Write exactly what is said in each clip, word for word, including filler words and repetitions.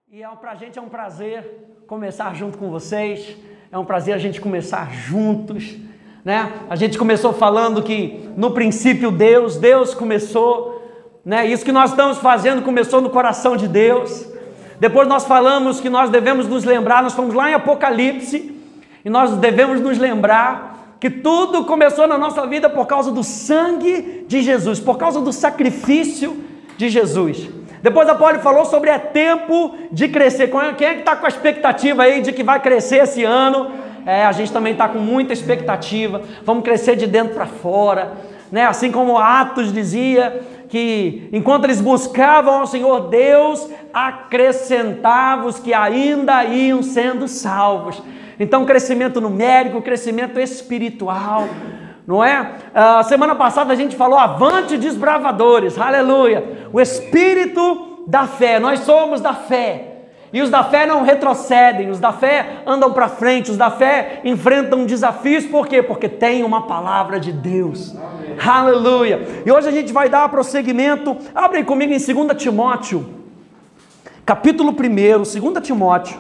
E é, para a gente é um prazer começar junto com vocês, é um prazer a gente começar juntos, né? A gente começou falando que no princípio Deus, Deus começou, né? Isso que nós estamos fazendo começou no coração de Deus. Depois nós falamos que nós devemos nos lembrar, nós fomos lá em Apocalipse, e nós devemos nos lembrar que tudo começou na nossa vida por causa do sangue de Jesus, por causa do sacrifício de Jesus. Depois a Poli falou sobre é tempo de crescer. Quem é que está com a expectativa aí de que vai crescer esse ano? É, a gente também está com muita expectativa. Vamos crescer de dentro para fora, né? Assim como Atos dizia que enquanto eles buscavam ao Senhor, Deus acrescentava os que ainda iam sendo salvos. Então, crescimento numérico, crescimento espiritual, não é? Uh, semana passada a gente falou, avante desbravadores, aleluia, o espírito da fé, nós somos da fé, e os da fé não retrocedem, os da fé andam para frente, os da fé enfrentam desafios, por quê? Porque tem uma palavra de Deus, amém. Aleluia, e hoje a gente vai dar prosseguimento, abrem comigo em dois Timóteo, capítulo um, dois Timóteo,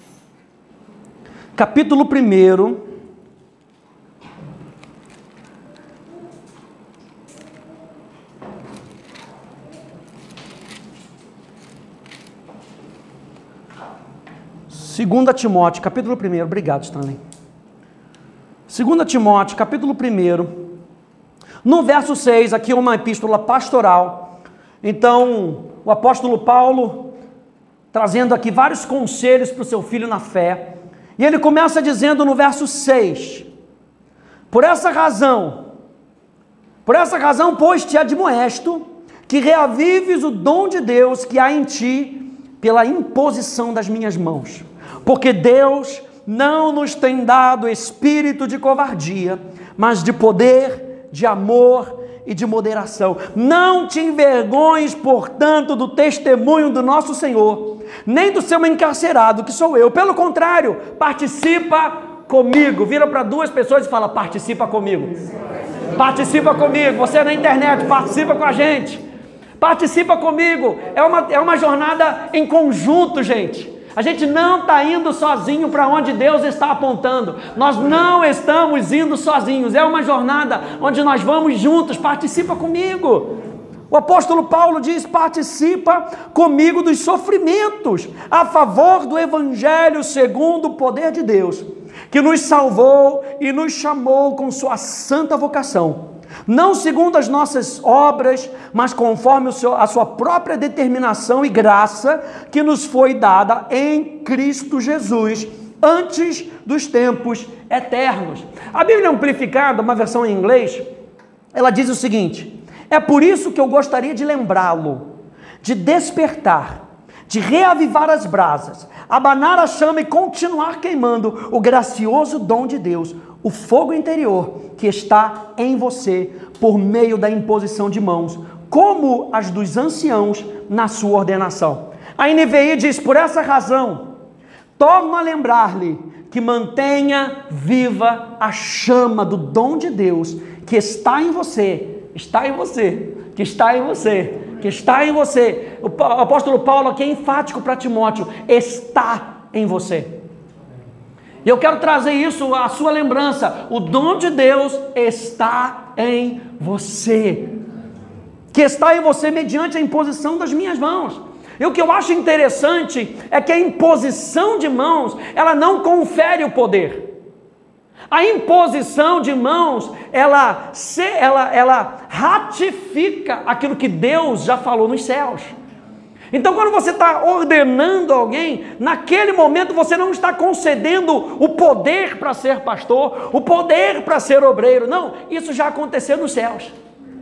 capítulo um, Segunda Timóteo, capítulo um, obrigado, Stanley. Segunda Timóteo, capítulo um, no verso seis, aqui é uma epístola pastoral. Então, o apóstolo Paulo, trazendo aqui vários conselhos para o seu filho na fé, e ele começa dizendo no verso seis, por essa razão, por essa razão, pois te admoesto, que reavives o dom de Deus que há em ti, pela imposição das minhas mãos. Porque Deus não nos tem dado espírito de covardia, mas de poder, de amor e de moderação. Não te envergonhes, portanto, do testemunho do nosso Senhor, nem do seu encarcerado, que sou eu. Pelo contrário, participa comigo. Vira para duas pessoas e fala, participa comigo. Participa comigo. Você é na internet, participa com a gente. Participa comigo. É uma, é uma jornada em conjunto, gente. A gente não está indo sozinho para onde Deus está apontando. Nós não estamos indo sozinhos. É uma jornada onde nós vamos juntos. Participa comigo. O apóstolo Paulo diz, participa comigo dos sofrimentos a favor do evangelho segundo o poder de Deus, que nos salvou e nos chamou com sua santa vocação. Não segundo as nossas obras, mas conforme o seu, a sua própria determinação e graça que nos foi dada em Cristo Jesus, antes dos tempos eternos. A Bíblia Amplificada, uma versão em inglês, ela diz o seguinte, é por isso que eu gostaria de lembrá-lo, de despertar, de reavivar as brasas, abanar a chama e continuar queimando o gracioso dom de Deus, o fogo interior que está em você por meio da imposição de mãos, como as dos anciãos na sua ordenação. A N V I diz, por essa razão, torno a lembrar-lhe que mantenha viva a chama do dom de Deus que está em você, está em você, que está em você, que está em você. O apóstolo Paulo aqui é enfático para Timóteo, está em você. E eu quero trazer isso à sua lembrança. O dom de Deus está em você. Que está em você mediante a imposição das minhas mãos. E o que eu acho interessante é que a imposição de mãos, ela não confere o poder. A imposição de mãos, ela, se, ela, ela ratifica aquilo que Deus já falou nos céus. Então, quando você está ordenando alguém, naquele momento você não está concedendo o poder para ser pastor, o poder para ser obreiro. Não, isso já aconteceu nos céus.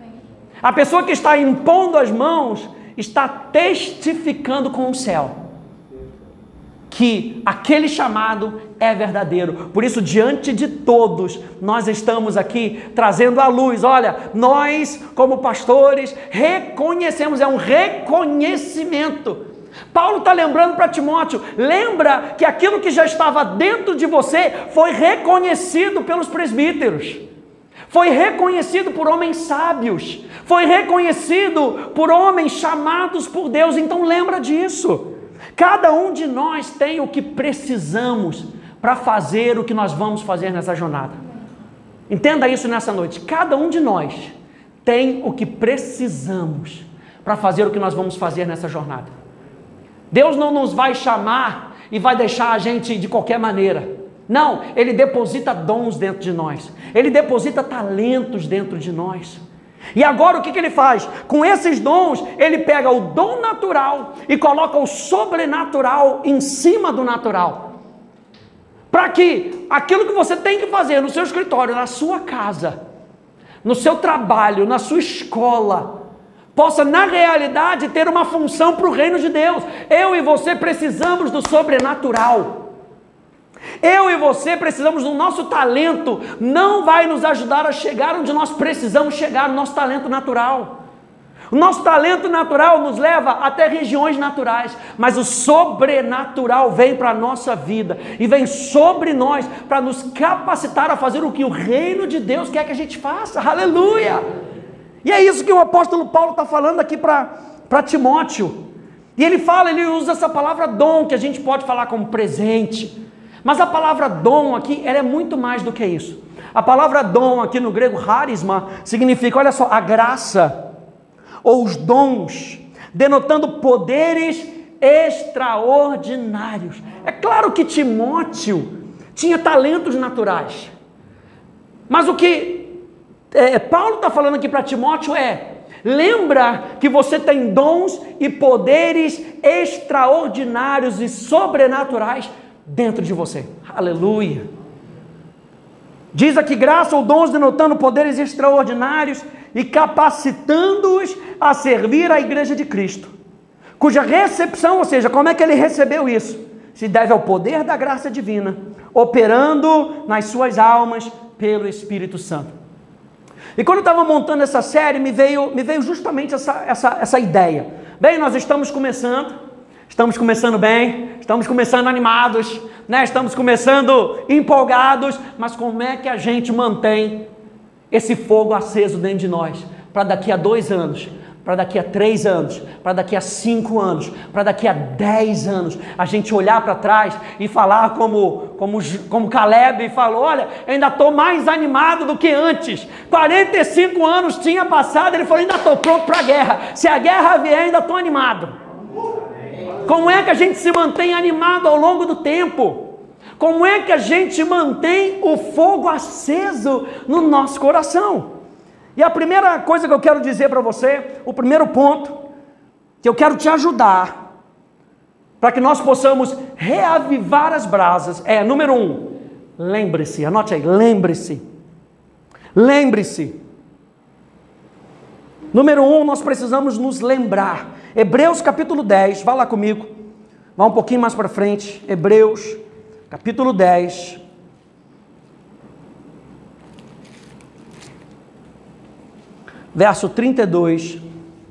A pessoa que está impondo as mãos está testificando com o céu que aquele chamado é verdadeiro. Por isso, diante de todos, nós estamos aqui trazendo à luz, olha, nós como pastores reconhecemos, é um reconhecimento. Paulo está lembrando para Timóteo, lembra que aquilo que já estava dentro de você foi reconhecido pelos presbíteros, foi reconhecido por homens sábios, foi reconhecido por homens chamados por Deus, então lembra disso. Cada um de nós tem o que precisamos para fazer o que nós vamos fazer nessa jornada. Entenda isso nessa noite. Cada um de nós tem o que precisamos para fazer o que nós vamos fazer nessa jornada. Deus não nos vai chamar e vai deixar a gente de qualquer maneira. Não, Ele deposita dons dentro de nós. Ele deposita talentos dentro de nós. E agora o que, que Ele faz? Com esses dons, Ele pega o dom natural e coloca o sobrenatural em cima do natural. Para que aquilo que você tem que fazer no seu escritório, na sua casa, no seu trabalho, na sua escola, possa na realidade ter uma função para o reino de Deus. Eu e você precisamos do sobrenatural. Eu e você precisamos do nosso talento. Não vai nos ajudar a chegar onde nós precisamos chegar, o nosso talento natural. O nosso talento natural nos leva até regiões naturais, mas o sobrenatural vem para a nossa vida e vem sobre nós para nos capacitar a fazer o que o reino de Deus quer que a gente faça. Aleluia! E é isso que o apóstolo Paulo está falando aqui para Timóteo. E ele fala, ele usa essa palavra dom, que a gente pode falar como presente. Mas a palavra dom aqui, ela é muito mais do que isso. A palavra dom aqui no grego, charisma, significa, olha só, a graça, ou os dons, denotando poderes extraordinários. É claro que Timóteo tinha talentos naturais. Mas o que é, Paulo está falando aqui para Timóteo é, lembra que você tem dons e poderes extraordinários e sobrenaturais dentro de você. Aleluia. Diz aqui graça ou dons denotando poderes extraordinários e capacitando-os a servir a igreja de Cristo, cuja recepção, ou seja, como é que ele recebeu isso? Se deve ao poder da graça divina, operando nas suas almas pelo Espírito Santo. E quando eu estava montando essa série, me veio, me veio justamente essa, essa, essa ideia. Bem, nós estamos começando, estamos começando bem, estamos começando animados, né? Estamos começando empolgados, mas como é que a gente mantém esse fogo aceso dentro de nós, para daqui a dois anos, para daqui a três anos, para daqui a cinco anos, para daqui a dez anos, a gente olhar para trás e falar como, como, como Caleb falou, olha, eu ainda estou mais animado do que antes, quarenta e cinco anos tinha passado, ele falou, ainda estou pronto para a guerra, se a guerra vier, ainda estou animado. Como é que a gente se mantém animado ao longo do tempo? Como é que a gente mantém o fogo aceso no nosso coração? E a primeira coisa que eu quero dizer para você, o primeiro ponto, que eu quero te ajudar, para que nós possamos reavivar as brasas, é, número um, lembre-se, anote aí, lembre-se, lembre-se. Número um, nós precisamos nos lembrar. Hebreus capítulo dez, vá lá comigo, vá um pouquinho mais para frente, Hebreus capítulo dez, verso trinta e dois,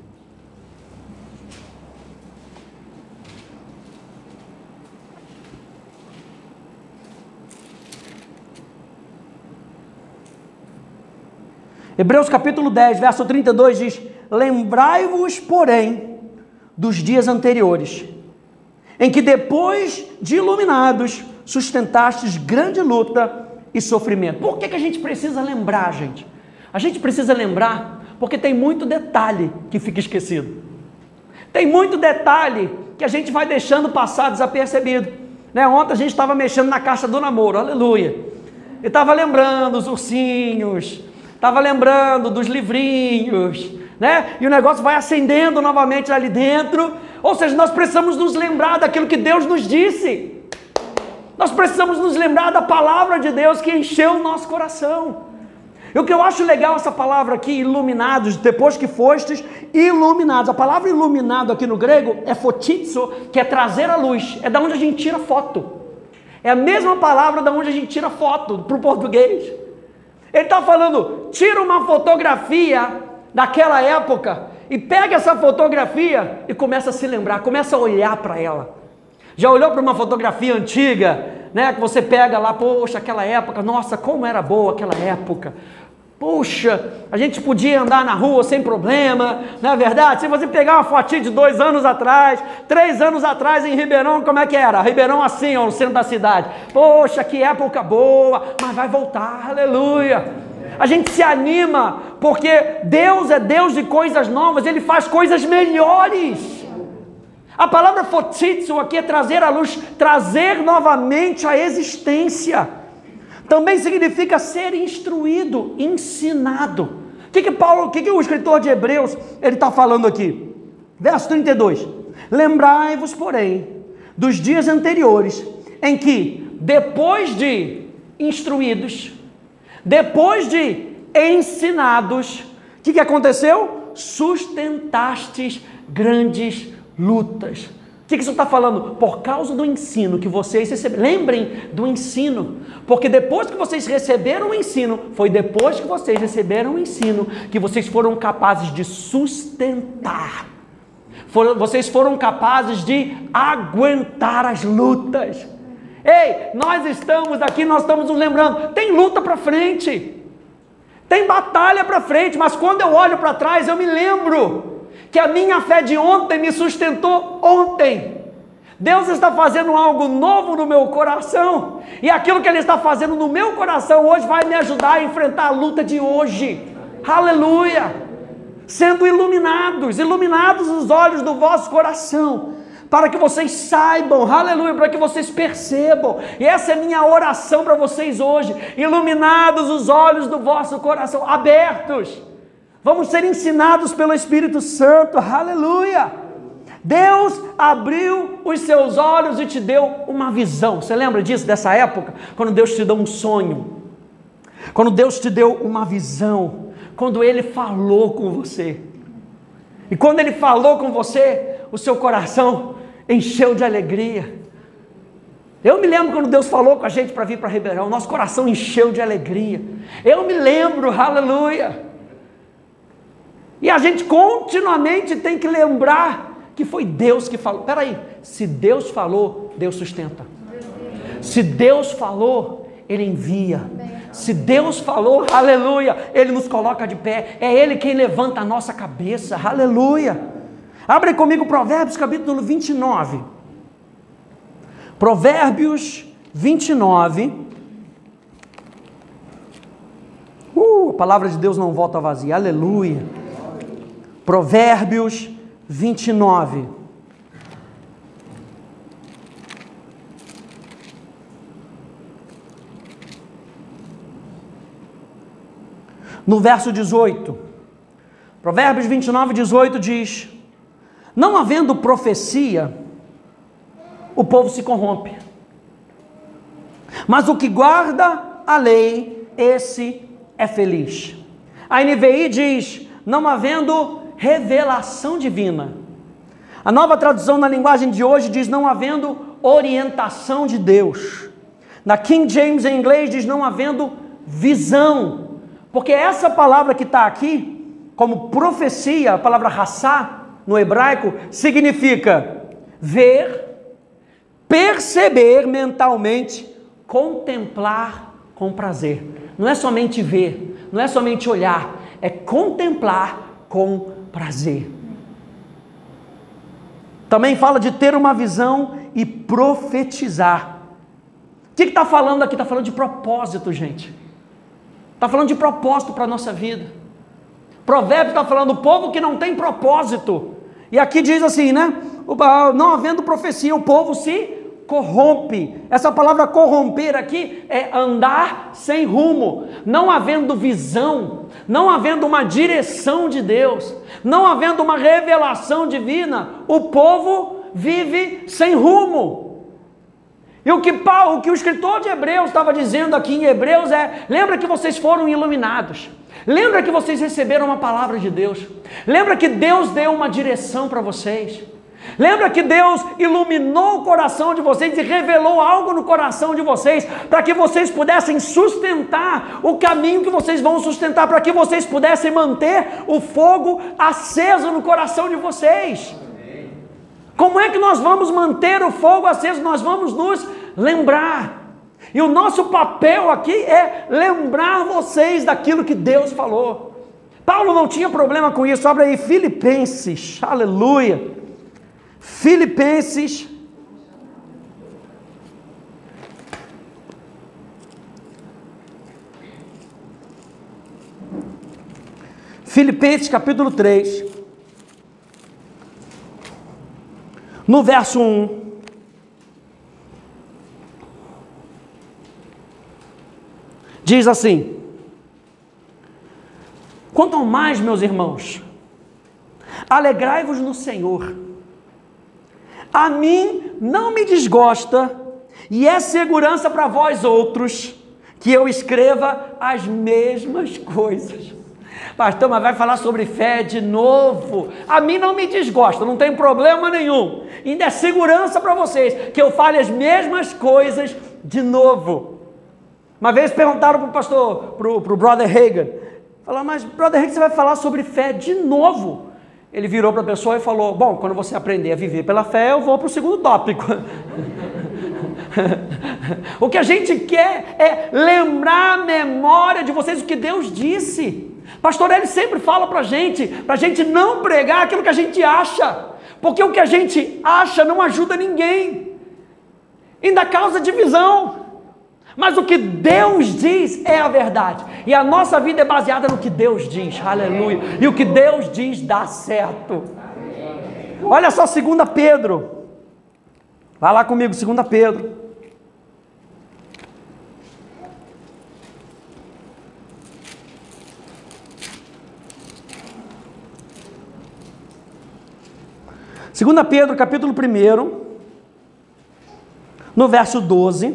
Hebreus capítulo dez, verso trinta e dois diz, lembrai-vos, porém, dos dias anteriores, em que depois de iluminados, sustentastes grande luta e sofrimento. Por que que a gente precisa lembrar, gente? A gente precisa lembrar porque tem muito detalhe que fica esquecido. Tem muito detalhe que a gente vai deixando passar desapercebido. Né? Ontem a gente estava mexendo na caixa do namoro, aleluia. E estava lembrando os ursinhos, estava lembrando dos livrinhos, né? E o negócio vai acendendo novamente ali dentro. Ou seja, nós precisamos nos lembrar daquilo que Deus nos disse. Nós precisamos nos lembrar da palavra de Deus que encheu o nosso coração. E o que eu acho legal essa palavra aqui, iluminados, depois que fostes iluminados. A palavra iluminado aqui no grego é fotizo, que é trazer a luz. É da onde a gente tira foto. É a mesma palavra da onde a gente tira foto para o português. Ele está falando, tira uma fotografia daquela época e pega essa fotografia e começa a se lembrar, começa a olhar para ela. Já olhou para uma fotografia antiga, né, que você pega lá, poxa, aquela época, nossa, como era boa aquela época. Puxa, a gente podia andar na rua sem problema, não é verdade? Se você pegar uma fotinha de dois anos atrás, três anos atrás em Ribeirão, como é que era? Ribeirão assim, ó, no centro da cidade. Poxa, que época boa, mas vai voltar, aleluia. A gente se anima, porque Deus é Deus de coisas novas, Ele faz coisas melhores. A palavra fotitsu aqui é trazer à luz, trazer novamente à existência. Também significa ser instruído, ensinado. O que que Paulo, o que que o escritor de Hebreus, ele está falando aqui? Verso trinta e dois. Lembrai-vos, porém, dos dias anteriores, em que, depois de instruídos, depois de ensinados, o que que aconteceu? Sustentastes grandes lutas. O que isso está falando? Por causa do ensino que vocês receberam. Lembrem do ensino, porque depois que vocês receberam o ensino, foi depois que vocês receberam o ensino que vocês foram capazes de sustentar. Foram, vocês foram capazes de aguentar as lutas. Ei, nós estamos aqui, nós estamos nos lembrando, tem luta para frente, tem batalha para frente, mas quando eu olho para trás, eu me lembro que a minha fé de ontem me sustentou ontem. Deus está fazendo algo novo no meu coração, e aquilo que Ele está fazendo no meu coração hoje vai me ajudar a enfrentar a luta de hoje. Aleluia! Sendo iluminados, iluminados os olhos do vosso coração, para que vocês saibam, aleluia, para que vocês percebam, e essa é minha oração para vocês hoje, iluminados os olhos do vosso coração, abertos. Vamos ser ensinados pelo Espírito Santo, aleluia. Deus abriu os seus olhos e te deu uma visão. Você lembra disso, dessa época? Quando Deus te deu um sonho, quando Deus te deu uma visão, quando Ele falou com você, e quando Ele falou com você, o seu coração encheu de alegria. Eu me lembro quando Deus falou com a gente para vir para Ribeirão, nosso coração encheu de alegria. Eu me lembro, aleluia. E a gente continuamente tem que lembrar que foi Deus que falou. Espera aí, se Deus falou, Deus sustenta. Se Deus falou, Ele envia. Se Deus falou, aleluia, Ele nos coloca de pé. É Ele quem levanta a nossa cabeça, aleluia. Abre comigo Provérbios capítulo vinte e nove. Provérbios vinte e nove. Uh, a palavra de Deus não volta vazia, aleluia. Provérbios vinte e nove. No verso dezoito. Provérbios vinte e nove, dezoito diz: não havendo profecia, o povo se corrompe, mas o que guarda a lei, esse é feliz. A N V I diz: não havendo revelação divina. A Nova Tradução na linguagem de hoje diz: não havendo orientação de Deus. Na King James em inglês diz: não havendo visão. Porque essa palavra que está aqui, como profecia, a palavra rassá, no hebraico, significa ver, perceber mentalmente, contemplar com prazer. Não é somente ver, não é somente olhar, é contemplar com prazer. Também fala de ter uma visão e profetizar. O que está falando aqui? Está falando de propósito, gente. Está falando de propósito para a nossa vida. Provérbio está falando do povo que não tem propósito. E aqui diz assim, né? Não havendo profecia, o povo se corrompe. Essa palavra corromper aqui é andar sem rumo. Não havendo visão, não havendo uma direção de Deus, não havendo uma revelação divina, o povo vive sem rumo. E o que Paulo, o que o escritor de Hebreus estava dizendo aqui em Hebreus é: lembra que vocês foram iluminados, lembra que vocês receberam uma palavra de Deus, lembra que Deus deu uma direção para vocês, lembra que Deus iluminou o coração de vocês e revelou algo no coração de vocês, para que vocês pudessem sustentar o caminho que vocês vão sustentar, para que vocês pudessem manter o fogo aceso no coração de vocês. Como é que nós vamos manter o fogo aceso? Nós vamos nos lembrar. E o nosso papel aqui é lembrar vocês daquilo que Deus falou. Paulo não tinha problema com isso. Abre aí Filipenses, aleluia. Filipenses. Filipenses capítulo três, no verso um, diz assim: quanto ao mais, meus irmãos, alegrai-vos no Senhor. A mim não me desgosta, e é segurança para vós outros, que eu escreva as mesmas coisas. Pastor, mas vai falar sobre fé de novo? A mim não me desgosta, não tem problema nenhum. Ainda é segurança para vocês, que eu fale as mesmas coisas de novo. Uma vez perguntaram para o pastor, para o brother Hagan, falaram, mas brother Hagan, você vai falar sobre fé de novo? Ele virou para a pessoa e falou, bom, quando você aprender a viver pela fé, eu vou para o segundo tópico. O que a gente quer é lembrar a memória de vocês o que Deus disse. Pastor, ele sempre fala para a gente, para a gente não pregar aquilo que a gente acha, porque o que a gente acha não ajuda ninguém, ainda causa divisão. Mas o que Deus diz é a verdade, e a nossa vida é baseada no que Deus diz, aleluia, e o que Deus diz dá certo. Olha só segunda Pedro, vai lá comigo, segunda Pedro. segunda Pedro, capítulo um, no verso doze.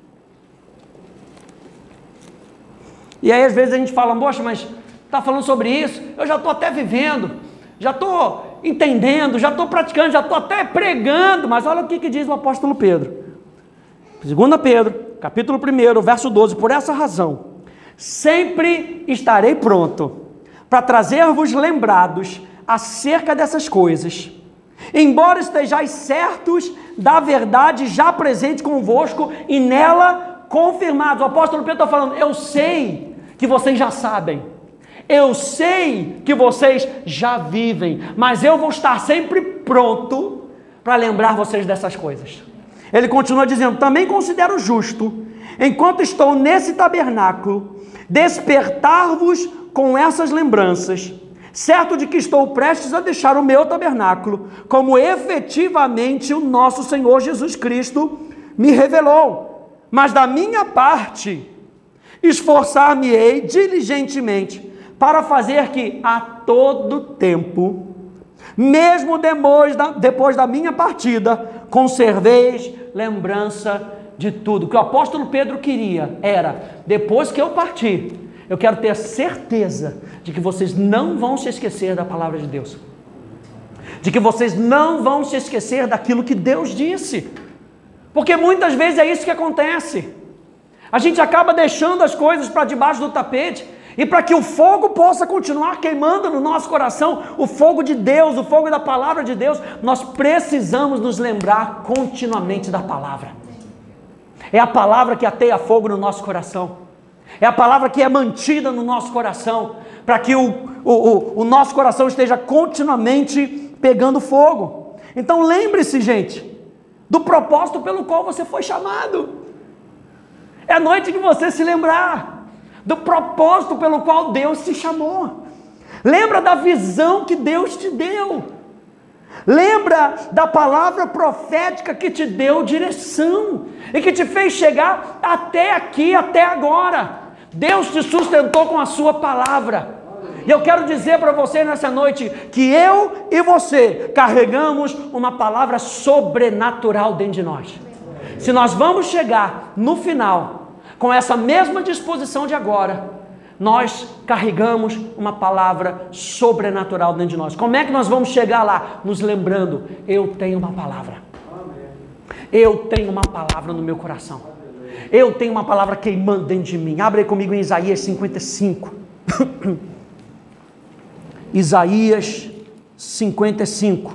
E aí às vezes a gente fala, poxa, mas está falando sobre isso, eu já estou até vivendo, já estou entendendo, já estou praticando, já estou até pregando, mas olha o que, que diz o apóstolo Pedro. segunda Pedro, capítulo um, verso doze, por essa razão, sempre estarei pronto para trazer-vos lembrados acerca dessas coisas, embora estejais certos da verdade já presente convosco e nela confirmados. O apóstolo Pedro está falando, eu sei que vocês já sabem, eu sei que vocês já vivem, mas eu vou estar sempre pronto para lembrar vocês dessas coisas. Ele continua dizendo, também considero justo, enquanto estou nesse tabernáculo, despertar-vos com essas lembranças, certo de que estou prestes a deixar o meu tabernáculo, como efetivamente o nosso Senhor Jesus Cristo me revelou. Mas da minha parte, esforçar-me-ei diligentemente para fazer que a todo tempo, mesmo depois da, depois da minha partida, conserveis lembrança de tudo. O que o apóstolo Pedro queria era, depois que eu partir, eu quero ter a certeza de que vocês não vão se esquecer da palavra de Deus, de que vocês não vão se esquecer daquilo que Deus disse, porque muitas vezes é isso que acontece. A gente acaba deixando as coisas para debaixo do tapete, e para que o fogo possa continuar queimando no nosso coração, o fogo de Deus, o fogo da palavra de Deus, nós precisamos nos lembrar continuamente da palavra. É a palavra que ateia fogo no nosso coração. É a palavra que é mantida no nosso coração, para que o, o, o, o nosso coração esteja continuamente pegando fogo. Então lembre-se, gente, do propósito pelo qual você foi chamado. É a noite de você se lembrar do propósito pelo qual Deus te chamou. Lembra da visão que Deus te deu. Lembra da palavra profética que te deu direção e que te fez chegar até aqui, até agora. Deus te sustentou com a sua palavra. E eu quero dizer para você nessa noite que eu e você carregamos uma palavra sobrenatural dentro de nós. Se nós vamos chegar no final com essa mesma disposição de agora, nós carregamos uma palavra sobrenatural dentro de nós. Como é que nós vamos chegar lá? Nos lembrando, eu tenho uma palavra. Eu tenho uma palavra no meu coração. Eu tenho uma palavra queimando dentro de mim. Abre aí comigo em Isaías cinquenta e cinco. Isaías cinquenta e cinco.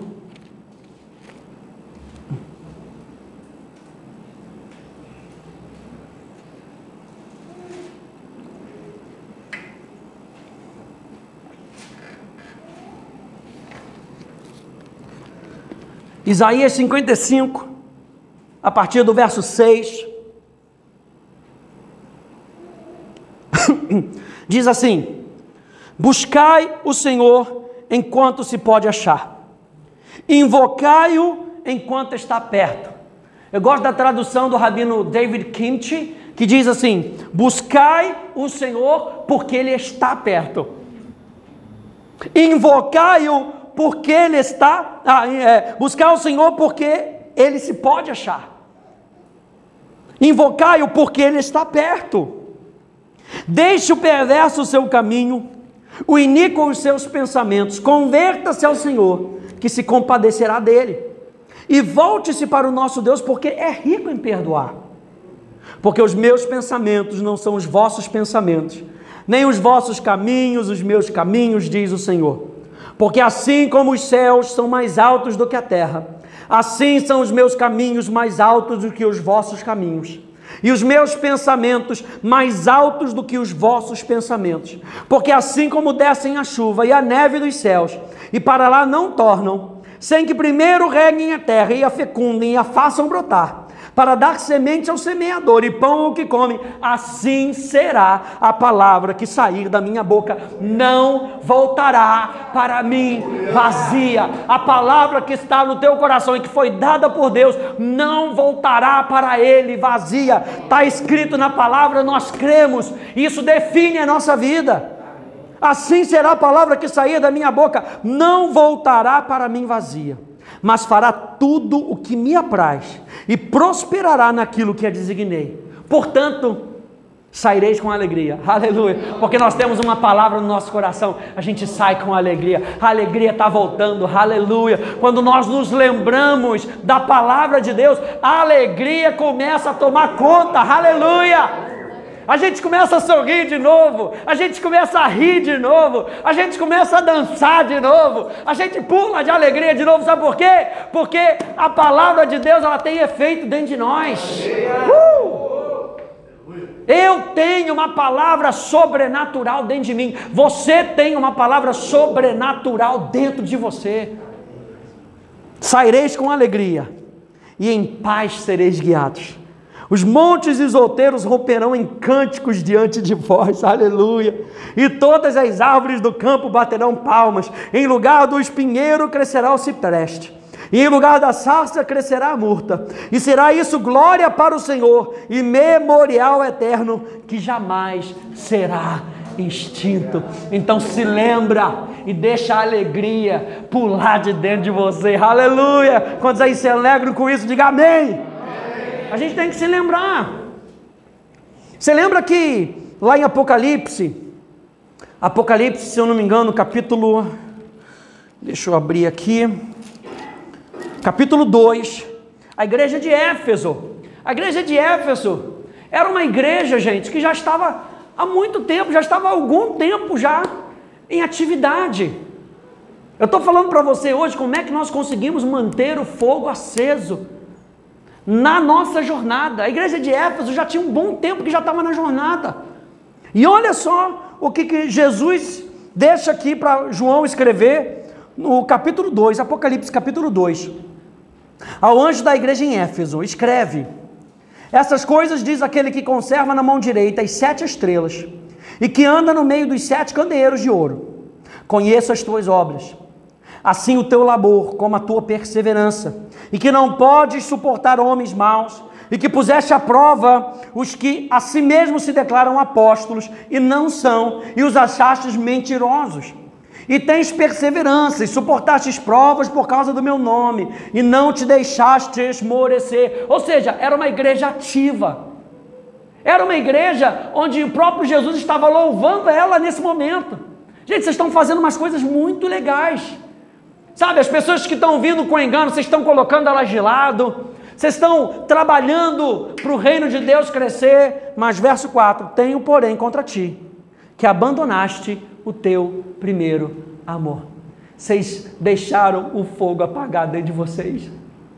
Isaías cinquenta e cinco, a partir do verso seis, diz assim: buscai o Senhor enquanto se pode achar, invocai-o enquanto está perto. Eu gosto da tradução do rabino David Kimchi, que diz assim: buscai o Senhor porque Ele está perto, invocai-o porque Ele está, ah, é, buscar o Senhor porque Ele se pode achar, invocai-o porque Ele está perto. Deixe o perverso o seu caminho, o iníquo os seus pensamentos, converta-se ao Senhor, que se compadecerá dele, e volte-se para o nosso Deus, porque é rico em perdoar. Porque os meus pensamentos não são os vossos pensamentos, nem os vossos caminhos os meus caminhos, diz o Senhor. Porque assim como os céus são mais altos do que a terra, assim são os meus caminhos mais altos do que os vossos caminhos, e os meus pensamentos mais altos do que os vossos pensamentos. Porque assim como descem a chuva e a neve dos céus, e para lá não tornam, sem que primeiro reguem a terra e a fecundem e a façam brotar, para dar semente ao semeador e pão ao que come, assim será a palavra que sair da minha boca, não voltará para mim vazia. A palavra que está no teu coração e que foi dada por Deus, não voltará para Ele vazia. Está escrito na palavra, nós cremos, isso define a nossa vida. Assim será a palavra que sair da minha boca, não voltará para mim vazia, mas fará tudo o que me apraz, e prosperará naquilo que a designei. Portanto, saireis com alegria, aleluia, porque nós temos uma palavra no nosso coração, a gente sai com alegria, a alegria está voltando, aleluia. Quando nós nos lembramos da palavra de Deus, a alegria começa a tomar conta, aleluia. A gente começa a sorrir de novo, a gente começa a rir de novo, a gente começa a dançar de novo, a gente pula de alegria de novo, sabe por quê? Porque a palavra de Deus, ela tem efeito dentro de nós. Uh! Eu tenho uma palavra sobrenatural dentro de mim, você tem uma palavra sobrenatural dentro de você. Saireis com alegria, e em paz sereis guiados. Os montes e os outeiros romperão em cânticos diante de vós, aleluia. E todas as árvores do campo baterão palmas. Em lugar do espinheiro crescerá o cipreste, e em lugar da sarça crescerá a murta. E será isso glória para o Senhor, e memorial eterno que jamais será extinto. Então se lembra e deixa a alegria pular de dentro de você, aleluia. Quantos aí se alegram com isso? Diga amém. A gente tem que se lembrar. Você lembra que lá em Apocalipse, Apocalipse, se eu não me engano, capítulo, deixa eu abrir aqui, capítulo dois, a igreja de Éfeso, a igreja de Éfeso era uma igreja, gente, que já estava há muito tempo, já estava há algum tempo já em atividade. Eu estou falando para você hoje como é que nós conseguimos manter o fogo aceso na nossa jornada. A igreja de Éfeso já tinha um bom tempo que já estava na jornada. E olha só o que, que Jesus deixa aqui para João escrever no capítulo dois, Apocalipse capítulo dois. Ao anjo da igreja em Éfeso, escreve: essas coisas diz aquele que conserva na mão direita as sete estrelas, e que anda no meio dos sete candeeiros de ouro. Conheço as tuas obras, assim o teu labor como a tua perseverança, e que não podes suportar homens maus, e que puseste à prova os que a si mesmos se declaram apóstolos e não são, e os achastes mentirosos. E tens perseverança, e suportastes provas por causa do meu nome, e não te deixaste esmorecer. Ou seja, era uma igreja ativa, era uma igreja onde o próprio Jesus estava louvando ela nesse momento. Gente, vocês estão fazendo umas coisas muito legais. Sabe, as pessoas que estão vindo com engano, vocês estão colocando elas de lado, vocês estão trabalhando para o reino de Deus crescer. Mas verso quatro, tenho porém contra ti, que abandonaste o teu primeiro amor. Vocês deixaram o fogo apagar dentro de vocês,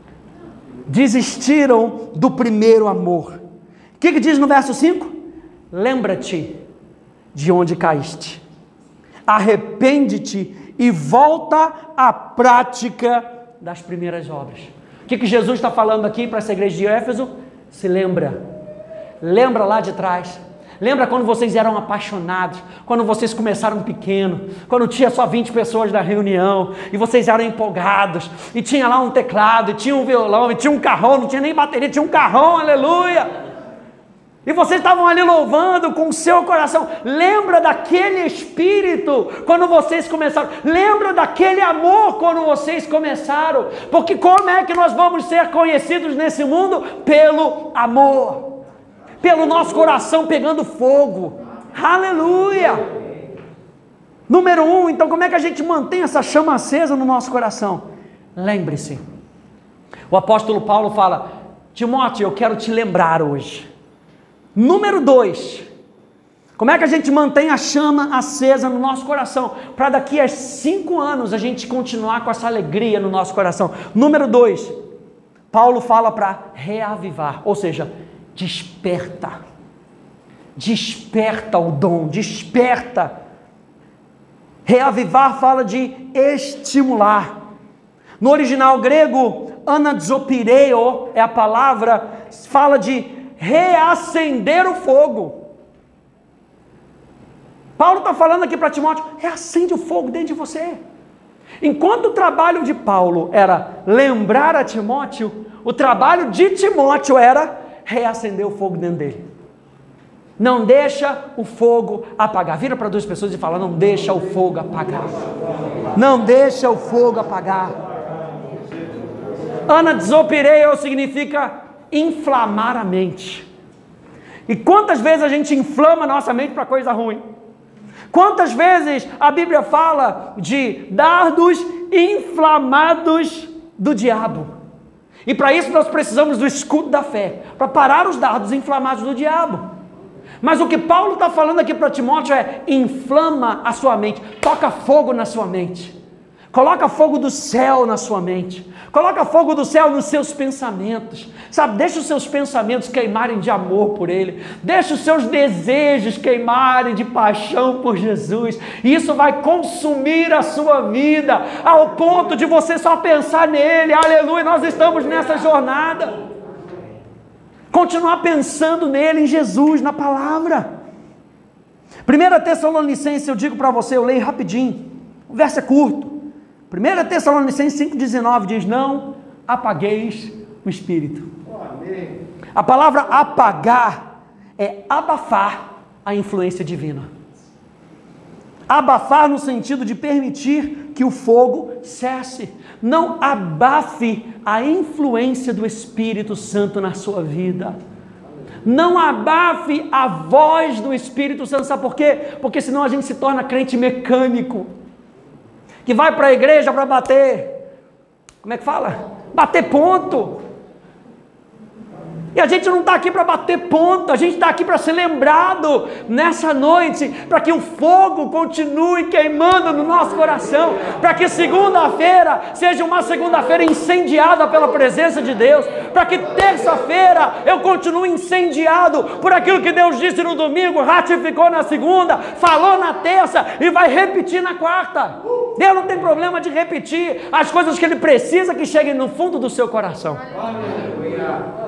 desistiram do primeiro amor. O que, que diz no verso cinco? Lembra-te de onde caíste, arrepende-te e volta à prática das primeiras obras. O que, que Jesus está falando aqui para essa igreja de Éfeso? Se lembra. Lembra lá de trás. Lembra quando vocês eram apaixonados, quando vocês começaram pequeno, quando tinha só vinte pessoas na reunião, e vocês eram empolgados, e tinha lá um teclado, e tinha um violão, e tinha um carrão, não tinha nem bateria, tinha um carrão, aleluia! E vocês estavam ali louvando com o seu coração. Lembra daquele espírito quando vocês começaram. Lembra daquele amor quando vocês começaram. Porque como é que nós vamos ser conhecidos nesse mundo? Pelo amor. Pelo nosso coração pegando fogo. Aleluia. Número um, então como é que a gente mantém essa chama acesa no nosso coração? Lembre-se. O apóstolo Paulo fala: Timóteo, eu quero te lembrar hoje. Número dois, como é que a gente mantém a chama acesa no nosso coração, para daqui a cinco anos a gente continuar com essa alegria no nosso coração? Número dois, Paulo fala para reavivar, ou seja, desperta, desperta o dom, desperta. Reavivar fala de estimular. No original grego, anadzopireo é a palavra, fala de reacender o fogo. Paulo está falando aqui para Timóteo: reacende o fogo dentro de você. Enquanto o trabalho de Paulo era lembrar a Timóteo, o trabalho de Timóteo era reacender o fogo dentro dele. Não deixa o fogo apagar. Vira para duas pessoas e fala: não deixa o fogo apagar. Não deixa o fogo apagar. Anadzopireo significa inflamar a mente. E quantas vezes a gente inflama a nossa mente para coisa ruim? Quantas vezes a Bíblia fala de dardos inflamados do diabo? E para isso nós precisamos do escudo da fé, para parar os dardos inflamados do diabo. Mas o que Paulo está falando aqui para Timóteo é: inflama a sua mente, toca fogo na sua mente. Coloca fogo do céu na sua mente. Coloca fogo do céu nos seus pensamentos. Sabe, deixa os seus pensamentos queimarem de amor por Ele. Deixa os seus desejos queimarem de paixão por Jesus. E isso vai consumir a sua vida, ao ponto de você só pensar nele. Aleluia, nós estamos nessa jornada. Continuar pensando nele, em Jesus, na palavra. primeira Tessalonicenses, eu digo para você, eu leio rapidinho. O verso é curto. primeira Tessalonicenses cinco, dezenove diz: não apagueis o espírito. A palavra apagar é abafar a influência divina. Abafar no sentido de permitir que o fogo cesse. Não abafe a influência do Espírito Santo na sua vida. Não abafe a voz do Espírito Santo. Sabe por quê? Porque senão a gente se torna crente mecânico, que vai para a igreja para bater, como é que fala? Bater ponto. E a gente não está aqui para bater ponto, a gente está aqui para ser lembrado nessa noite, para que o fogo continue queimando no nosso coração, para que segunda-feira seja uma segunda-feira incendiada pela presença de Deus, para que terça-feira eu continue incendiado por aquilo que Deus disse no domingo, ratificou na segunda, falou na terça e vai repetir na quarta. Deus não tem problema de repetir as coisas que Ele precisa que cheguem no fundo do seu coração. Aleluia.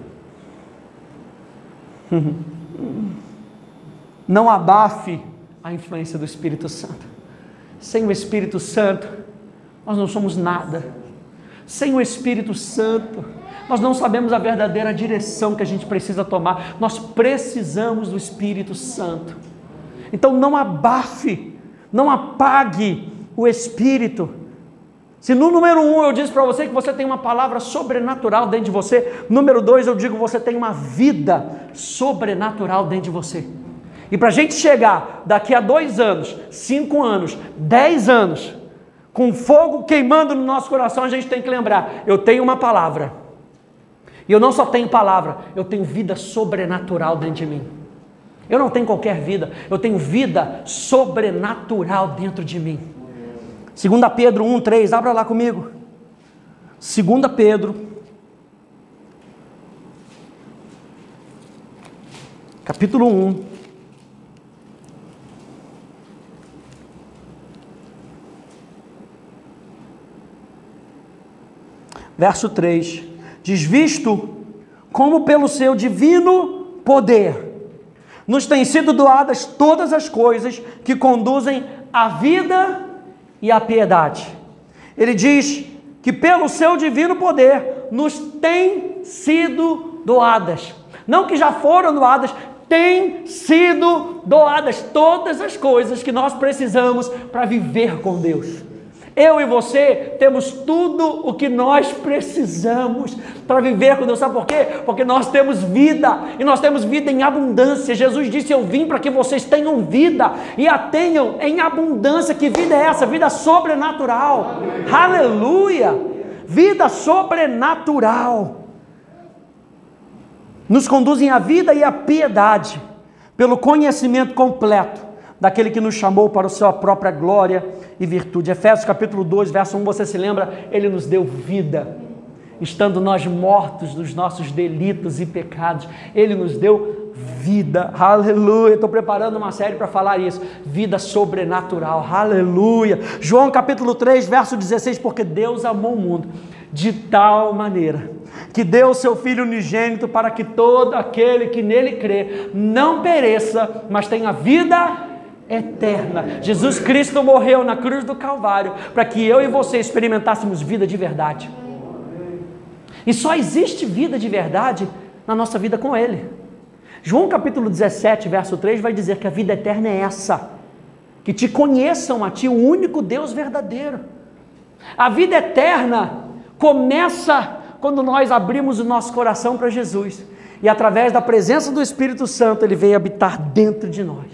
Não abafe a influência do Espírito Santo. Sem o Espírito Santo nós não somos nada. Sem o Espírito Santo nós não sabemos a verdadeira direção que a gente precisa tomar. Nós precisamos do Espírito Santo. Então não abafe, não apague o Espírito. Se no número um eu disse para você que você tem uma palavra sobrenatural dentro de você, número dois eu digo que você tem uma vida sobrenatural dentro de você. E para a gente chegar daqui a dois anos, cinco anos, dez anos, com fogo queimando no nosso coração, a gente tem que lembrar: eu tenho uma palavra. E eu não só tenho palavra, eu tenho vida sobrenatural dentro de mim. Eu não tenho qualquer vida, eu tenho vida sobrenatural dentro de mim. segunda Pedro um, três, abra lá comigo. segunda Pedro, capítulo um. verso três, diz: visto como pelo seu divino poder nos têm sido doadas todas as coisas que conduzem à vida e à piedade. Ele diz que pelo seu divino poder nos têm sido doadas. Não que já foram doadas, têm sido doadas todas as coisas que nós precisamos para viver com Deus. Eu e você temos tudo o que nós precisamos para viver com Deus. Sabe por quê? Porque nós temos vida, e nós temos vida em abundância. Jesus disse: eu vim para que vocês tenham vida, e a tenham em abundância. Que vida é essa? Vida sobrenatural. Aleluia! Vida sobrenatural. Nos conduzem à vida e à piedade, pelo conhecimento completo daquele que nos chamou para a sua própria glória e virtude. Efésios capítulo dois, verso um, você se lembra? Ele nos deu vida, estando nós mortos dos nossos delitos e pecados, Ele nos deu vida. Aleluia, estou preparando uma série para falar isso, vida sobrenatural. Aleluia. João capítulo três, verso dezesseis, porque Deus amou o mundo de tal maneira que deu o seu Filho unigênito, para que todo aquele que nele crê não pereça, mas tenha vida eterna. Jesus Cristo morreu na cruz do Calvário para que eu e você experimentássemos vida de verdade. E só existe vida de verdade na nossa vida com Ele. João capítulo dezessete, verso três vai dizer que a vida eterna é essa: que te conheçam a Ti, o único Deus verdadeiro. A vida eterna começa quando nós abrimos o nosso coração para Jesus, e através da presença do Espírito Santo Ele vem habitar dentro de nós.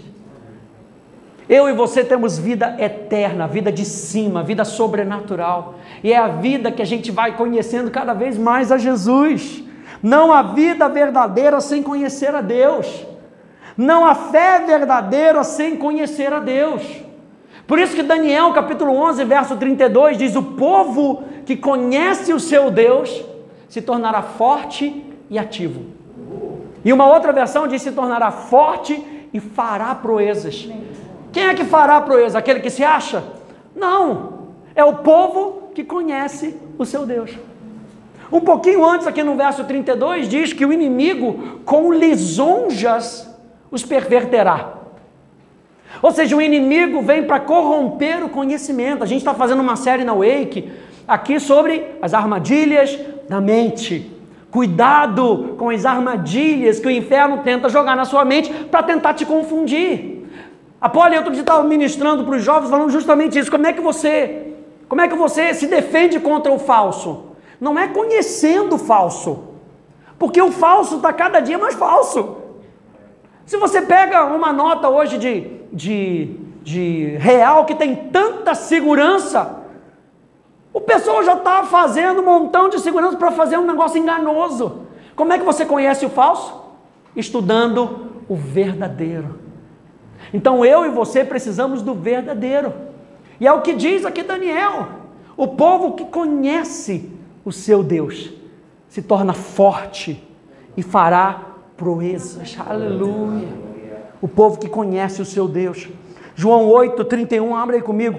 Eu e você temos vida eterna, vida de cima, vida sobrenatural, e é a vida que a gente vai conhecendo cada vez mais a Jesus. Não há vida verdadeira sem conhecer a Deus, não há fé verdadeira sem conhecer a Deus. Por isso que Daniel capítulo onze, verso trinta e dois diz: o povo que conhece o seu Deus se tornará forte e ativo. E uma outra versão diz: se tornará forte e fará proezas. Quem é que fará proeza? Aquele que se acha? Não, é o povo que conhece o seu Deus. Um pouquinho antes, aqui no verso trinta e dois, diz que o inimigo com lisonjas os perverterá. Ou seja, o inimigo vem para corromper o conhecimento. A gente está fazendo uma série na Wake aqui sobre as armadilhas da mente. Cuidado com as armadilhas que o inferno tenta jogar na sua mente para tentar te confundir. A Poli, outro dia, estava ministrando para os jovens, falando justamente isso. Como é que você, como é que você se defende contra o falso? Não é conhecendo o falso, porque o falso está cada dia mais falso. Se você pega uma nota hoje de, de, de real que tem tanta segurança, o pessoal já está fazendo um montão de segurança para fazer um negócio enganoso. Como é que você conhece o falso? Estudando o verdadeiro. Então eu e você precisamos do verdadeiro. E é o que diz aqui Daniel: o povo que conhece o seu Deus se torna forte e fará proezas. Aleluia. O povo que conhece o seu Deus. João oito, trinta e um, abre aí comigo.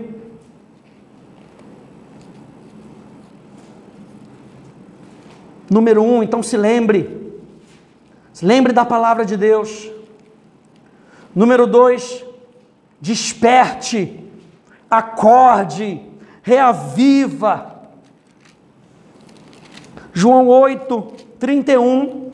Número um, então se lembre. Se lembre da palavra de Deus. Número dois, desperte, acorde, reaviva. João oito, trinta e um.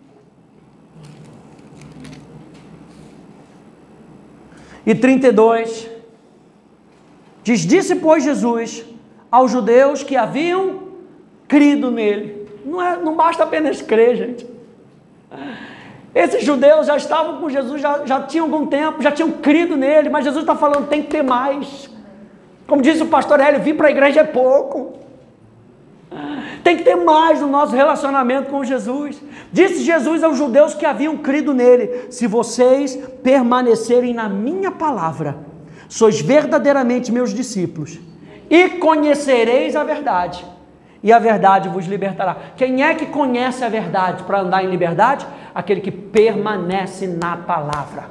E trinta e dois, diz: disse, pois, Jesus aos judeus que haviam crido nele. Não, é, não basta apenas crer, gente. Esses judeus já estavam com Jesus, já, já tinham algum tempo, já tinham crido nele, mas Jesus está falando: tem que ter mais. Como disse o pastor Hélio, vir para a igreja é pouco. Tem que ter mais no nosso relacionamento com Jesus. Disse Jesus aos judeus que haviam crido nele: se vocês permanecerem na minha palavra, sois verdadeiramente meus discípulos, e conhecereis a verdade, e a verdade vos libertará. Quem é que conhece a verdade para andar em liberdade? Aquele que permanece na palavra.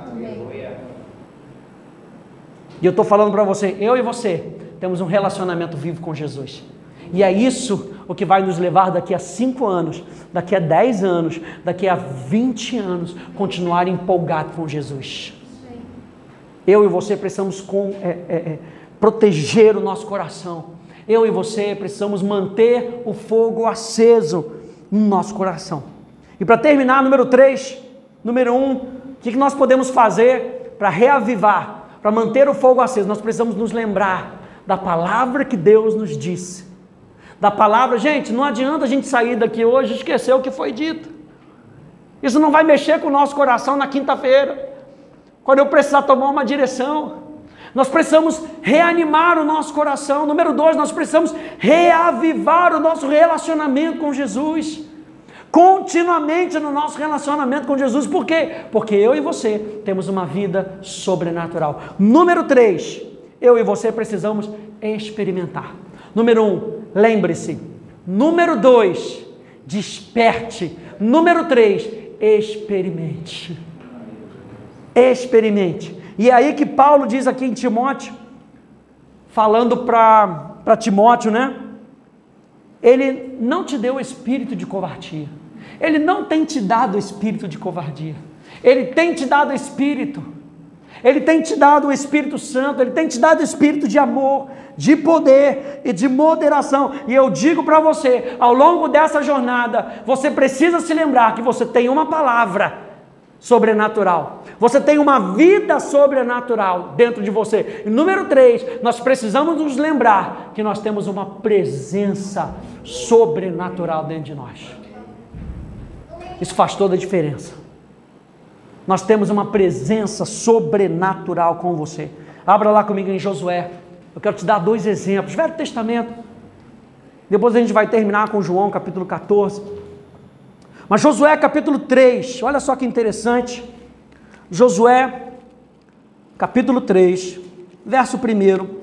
E eu estou falando para você, eu e você temos um relacionamento vivo com Jesus. E é isso o que vai nos levar daqui a cinco anos, daqui a dez anos, daqui a vinte anos, continuar empolgado com Jesus. Eu e você precisamos com, é, é, é, proteger o nosso coração. Eu e você precisamos manter o fogo aceso no nosso coração. E para terminar, número três, número um, o que, que nós podemos fazer para reavivar, para manter o fogo aceso? Nós precisamos nos lembrar da palavra que Deus nos disse. Da palavra, gente, não adianta a gente sair daqui hoje e esquecer o que foi dito. Isso não vai mexer com o nosso coração na quinta-feira, quando eu precisar tomar uma direção. Nós precisamos reanimar o nosso coração. Número dois, nós precisamos reavivar o nosso relacionamento com Jesus. Continuamente no nosso relacionamento com Jesus. Por quê? Porque eu e você temos uma vida sobrenatural. Número três, eu e você precisamos experimentar. Número um, lembre-se. Número dois, desperte. Número três, experimente. Experimente. E é aí que Paulo diz aqui em Timóteo, falando para Timóteo, né? Ele não te deu o espírito de covardia. Ele não tem te dado o espírito de covardia. Ele tem te dado o espírito. Ele tem te dado o Espírito Santo. Ele tem te dado o espírito de amor, de poder e de moderação. E eu digo para você, ao longo dessa jornada, você precisa se lembrar que você tem uma palavra sobrenatural. Você tem uma vida sobrenatural dentro de você. E número três, nós precisamos nos lembrar que nós temos uma presença sobrenatural dentro de nós. Isso faz toda a diferença. Nós temos uma presença sobrenatural com você. Abra lá comigo em Josué. Eu quero te dar dois exemplos. Velho Testamento. Depois a gente vai terminar com João capítulo catorze. Mas Josué capítulo três, olha só que interessante. Josué capítulo três, verso primeiro.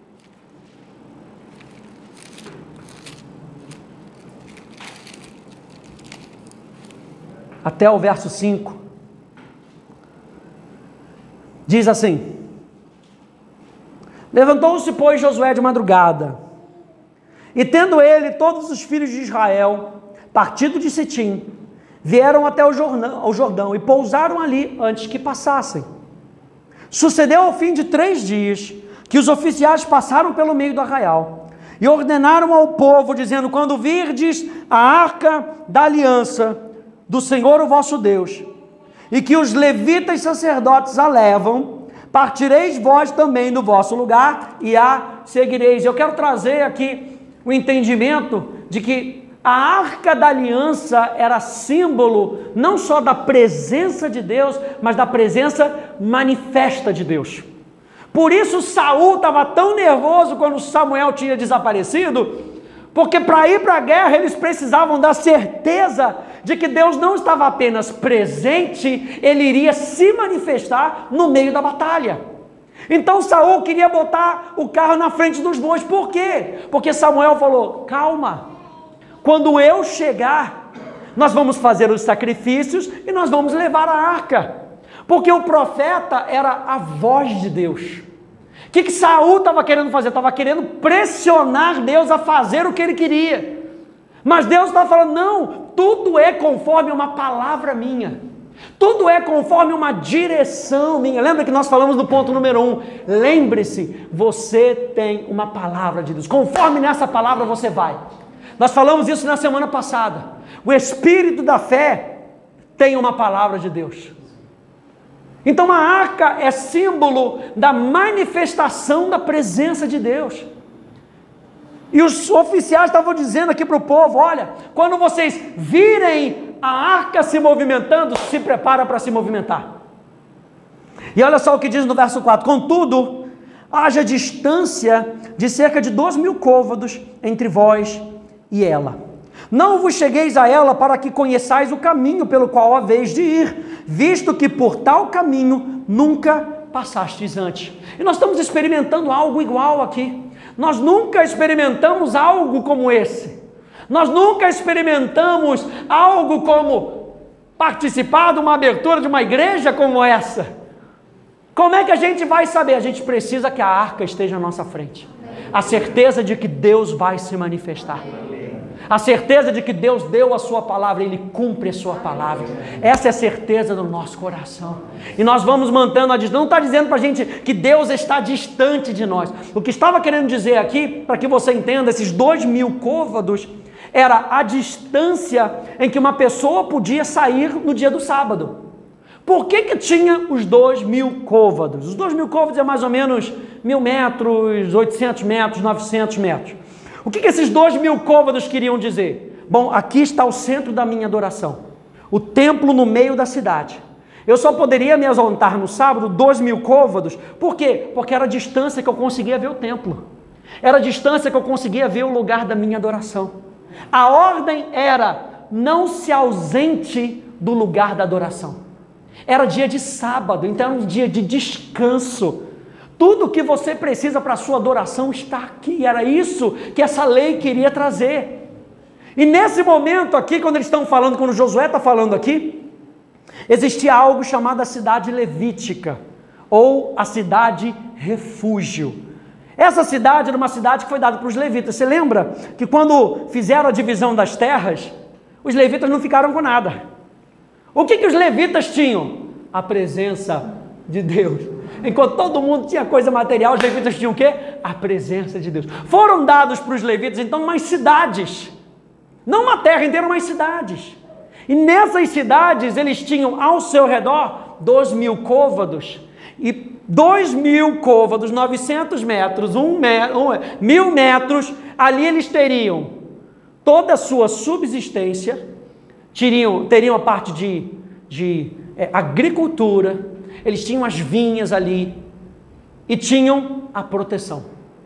Até o verso cinco. Diz assim: levantou-se, pois, Josué de madrugada, e tendo ele todos os filhos de Israel, partido de Sitim, vieram até o Jordão, ao Jordão e pousaram ali antes que passassem. Sucedeu ao fim de três dias que os oficiais passaram pelo meio do arraial e ordenaram ao povo, dizendo: quando virdes a arca da aliança do Senhor o vosso Deus, e que os levitas sacerdotes a levam, partireis vós também do vosso lugar e a seguireis. Eu quero trazer aqui o entendimento de que a arca da aliança era símbolo não só da presença de Deus, mas da presença manifesta de Deus. Por isso Saul estava tão nervoso quando Samuel tinha desaparecido, porque para ir para a guerra eles precisavam da certeza de que Deus não estava apenas presente, ele iria se manifestar no meio da batalha. Então Saul queria botar o carro na frente dos bois. Por quê? Porque Samuel falou: calma, quando eu chegar, nós vamos fazer os sacrifícios e nós vamos levar a arca. Porque o profeta era a voz de Deus. O que, que Saul estava querendo fazer? Estava querendo pressionar Deus a fazer o que ele queria. Mas Deus estava falando: não, tudo é conforme uma palavra minha. Tudo é conforme uma direção minha. Lembra que nós falamos no ponto número um? Lembre-se, você tem uma palavra de Deus. Conforme nessa palavra você vai. Nós falamos isso na semana passada. O espírito da fé tem uma palavra de Deus. Então a arca é símbolo da manifestação da presença de Deus. E os oficiais estavam dizendo aqui para o povo: olha, quando vocês virem a arca se movimentando, se prepara para se movimentar. E olha só o que diz no verso quatro: contudo, haja distância de cerca de dois mil côvados entre vós e ela. Não vos chegueis a ela para que conheçais o caminho pelo qual haveis de ir, visto que por tal caminho nunca passastes antes. E nós estamos experimentando algo igual aqui. Nós nunca experimentamos algo como esse. Nós nunca experimentamos algo como participar de uma abertura de uma igreja como essa. Como é que a gente vai saber? A gente precisa que a arca esteja à nossa frente. A certeza de que Deus vai se manifestar. A certeza de que Deus deu a sua palavra, Ele cumpre a sua palavra. Essa é a certeza do nosso coração. E nós vamos mantendo a distância. Não está dizendo para a gente que Deus está distante de nós. O que estava querendo dizer aqui, para que você entenda, esses dois mil côvados, era a distância em que uma pessoa podia sair no dia do sábado. Por que que tinha os dois mil côvados? Os dois mil côvados é mais ou menos mil metros, oitocentos metros, novecentos metros. O que que esses dois mil côvados queriam dizer? Bom, aqui está o centro da minha adoração. O templo no meio da cidade. Eu só poderia me exaltar no sábado dois mil côvados. Por quê? Porque era a distância que eu conseguia ver o templo. Era a distância que eu conseguia ver o lugar da minha adoração. A ordem era: não se ausente do lugar da adoração. Era dia de sábado, então era um dia de descanso. Tudo que você precisa para a sua adoração está aqui. Era isso que essa lei queria trazer. E nesse momento aqui, quando eles estão falando, quando Josué está falando aqui, existia algo chamado a cidade levítica, ou a cidade refúgio. Essa cidade era uma cidade que foi dada para os levitas. Você lembra que quando fizeram a divisão das terras, os levitas não ficaram com nada. O que que os levitas tinham? A presença de Deus. Enquanto todo mundo tinha coisa material, os levitas tinham o quê? A presença de Deus. Foram dados para os levitas, então, mais cidades. Não uma terra inteira, mas cidades. E nessas cidades, eles tinham ao seu redor dois mil côvados. E dois mil côvados, novecentos metros, um metro, um, mil metros, ali eles teriam toda a sua subsistência, teriam, teriam a parte de, de é, agricultura, eles tinham as vinhas ali e tinham a proteção.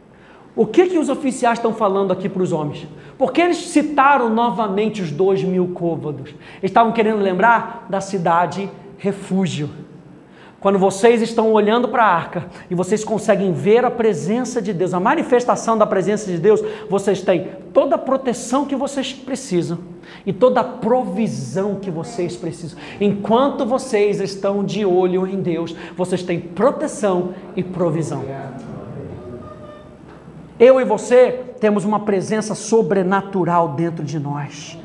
O que que os oficiais estão falando aqui para os homens? Porque eles citaram novamente os dois mil côvados. Eles estavam querendo lembrar da cidade refúgio. Quando vocês estão olhando para a arca e vocês conseguem ver a presença de Deus, a manifestação da presença de Deus, vocês têm toda a proteção que vocês precisam e toda a provisão que vocês precisam. Enquanto vocês estão de olho em Deus, vocês têm proteção e provisão. Eu e você temos uma presença sobrenatural dentro de nós.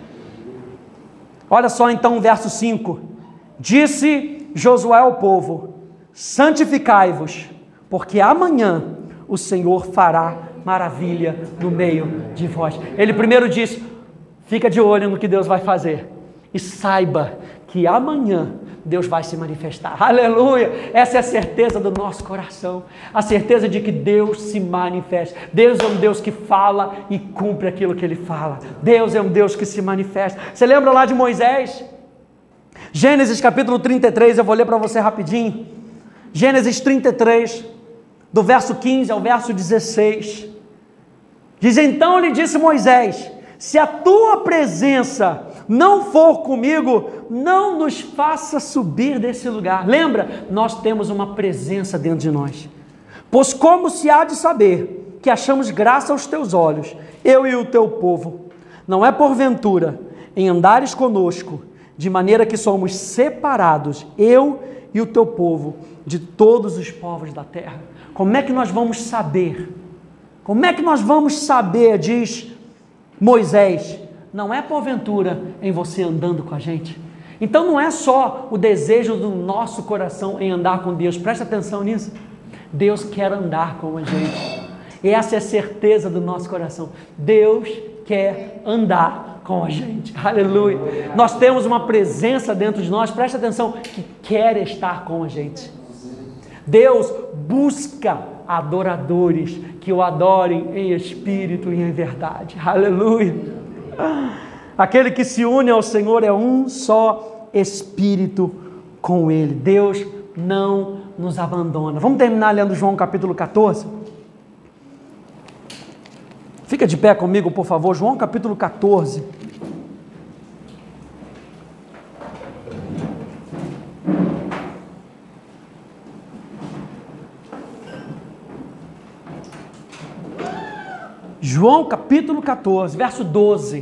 Olha só então o verso cinco. Disse Josué ao povo: santificai-vos, porque amanhã o Senhor fará maravilha no meio de vós. Ele primeiro disse: fica de olho no que Deus vai fazer e saiba que amanhã Deus vai se manifestar. Aleluia! Essa é a certeza do nosso coração, a certeza de que Deus se manifesta. Deus é um Deus que fala e cumpre aquilo que Ele fala. Deus é um Deus que se manifesta. Você lembra lá de Moisés? Gênesis capítulo trinta e três, eu vou ler para você rapidinho. Gênesis trinta e três, do verso quinze ao verso dezesseis. Diz: então lhe disse Moisés: se a tua presença não for comigo, não nos faça subir desse lugar. Lembra? Nós temos uma presença dentro de nós. Pois como se há de saber que achamos graça aos teus olhos, eu e o teu povo? Não é porventura em andares conosco, de maneira que somos separados, eu e o teu povo, de todos os povos da terra. Como é que nós vamos saber? Como é que nós vamos saber, diz Moisés, não é porventura em você andando com a gente? Então não é só o desejo do nosso coração em andar com Deus, presta atenção nisso. Deus quer andar com a gente. E essa é a certeza do nosso coração. Deus quer andar com a gente. Aleluia. Nós temos uma presença dentro de nós, presta atenção, que quer estar com a gente. Deus busca adoradores que o adorem em espírito e em verdade. Aleluia. Aquele que se une ao Senhor é um só espírito com Ele. Deus não nos abandona. Vamos terminar lendo João capítulo catorze? Fica de pé comigo, por favor. João capítulo catorze. João capítulo catorze, verso doze.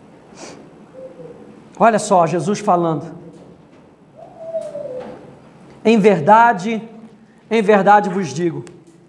Olha só, Jesus falando. Em verdade, em verdade vos digo,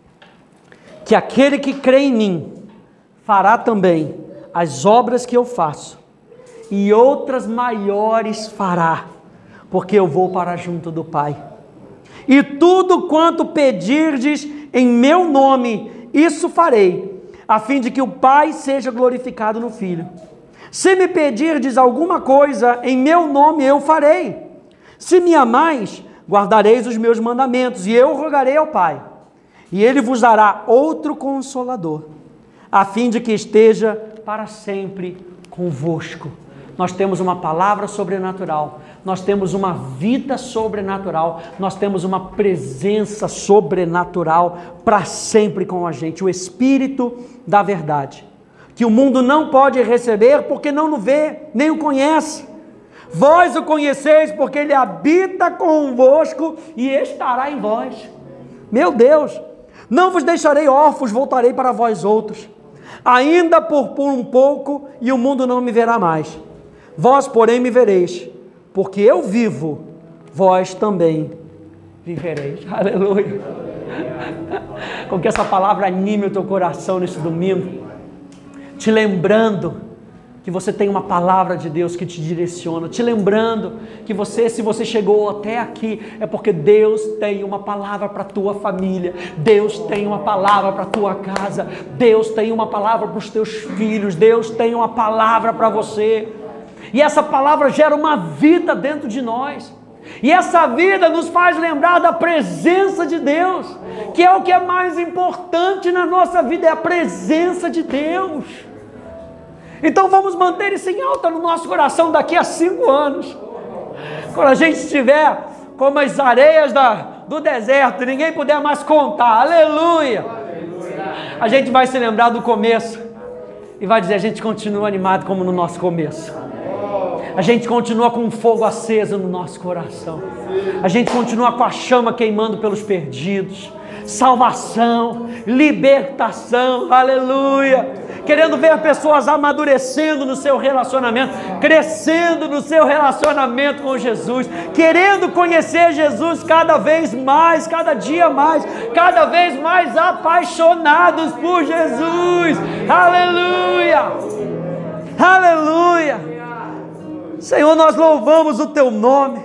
que aquele que crê em mim, fará também as obras que eu faço, e outras maiores fará, porque eu vou para junto do Pai. E tudo quanto pedirdes em meu nome, isso farei, a fim de que o Pai seja glorificado no Filho. Se me pedirdes alguma coisa em meu nome, eu farei. Se me amais, guardareis os meus mandamentos, e eu rogarei ao Pai, e Ele vos dará outro Consolador, a fim de que esteja para sempre convosco. Nós temos uma palavra sobrenatural, nós temos uma vida sobrenatural, nós temos uma presença sobrenatural para sempre com a gente, o Espírito da verdade, que o mundo não pode receber porque não o vê, nem o conhece. Vós o conheceis porque Ele habita convosco e estará em vós. Meu Deus, não vos deixarei órfãos, voltarei para vós outros. Ainda por, por um pouco e o mundo não me verá mais. Vós, porém, me vereis, porque eu vivo, vós também vivereis. Aleluia. Com que essa palavra anime o teu coração nesse domingo, te lembrando que você tem uma palavra de Deus que te direciona, te lembrando que você, se você chegou até aqui, é porque Deus tem uma palavra para a tua família, Deus tem uma palavra para a tua casa, Deus tem uma palavra para os teus filhos, Deus tem uma palavra para você, e essa palavra gera uma vida dentro de nós, e essa vida nos faz lembrar da presença de Deus, que é o que é mais importante na nossa vida, é a presença de Deus. Então vamos manter isso em alta no nosso coração daqui a cinco anos. Quando a gente estiver como as areias da, do deserto, ninguém puder mais contar, aleluia. A gente vai se lembrar do começo e vai dizer, a gente continua animado como no nosso começo. A gente continua com um fogo aceso no nosso coração. A gente continua com a chama queimando pelos perdidos. Salvação, libertação, aleluia. Querendo ver pessoas amadurecendo no seu relacionamento, crescendo no seu relacionamento com Jesus, querendo conhecer Jesus cada vez mais, cada dia mais, cada vez mais apaixonados por Jesus, aleluia, aleluia. Senhor, nós louvamos o Teu nome,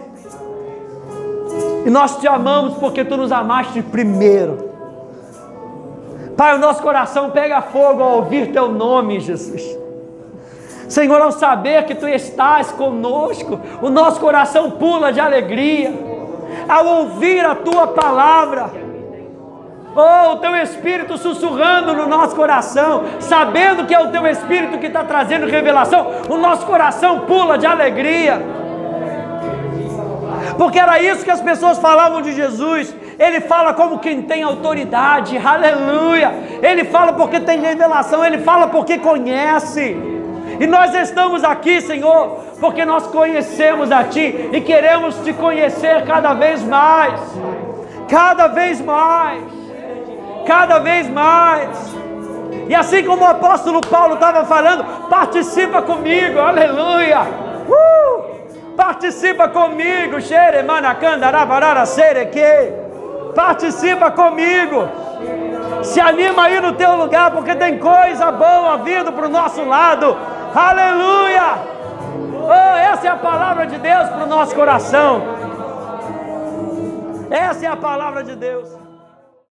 e nós Te amamos porque Tu nos amaste primeiro. Pai, o nosso coração pega fogo ao ouvir Teu nome, Jesus. Senhor, ao saber que Tu estás conosco, o nosso coração pula de alegria, ao ouvir a Tua palavra. Oh, o Teu Espírito sussurrando no nosso coração, sabendo que é o Teu Espírito que está trazendo revelação, o nosso coração pula de alegria. Porque era isso que as pessoas falavam de Jesus. Ele fala como quem tem autoridade, aleluia. Ele fala porque tem revelação, Ele fala porque conhece. E nós estamos aqui, Senhor, porque nós conhecemos a Ti e queremos Te conhecer cada vez mais, cada vez mais, cada vez mais. E assim como o apóstolo Paulo estava falando, participa comigo, aleluia. Uh! Participa comigo, participa comigo, se anima aí no teu lugar, porque tem coisa boa vindo para o nosso lado, aleluia. Oh, essa é a palavra de Deus para o nosso coração, essa é a palavra de Deus.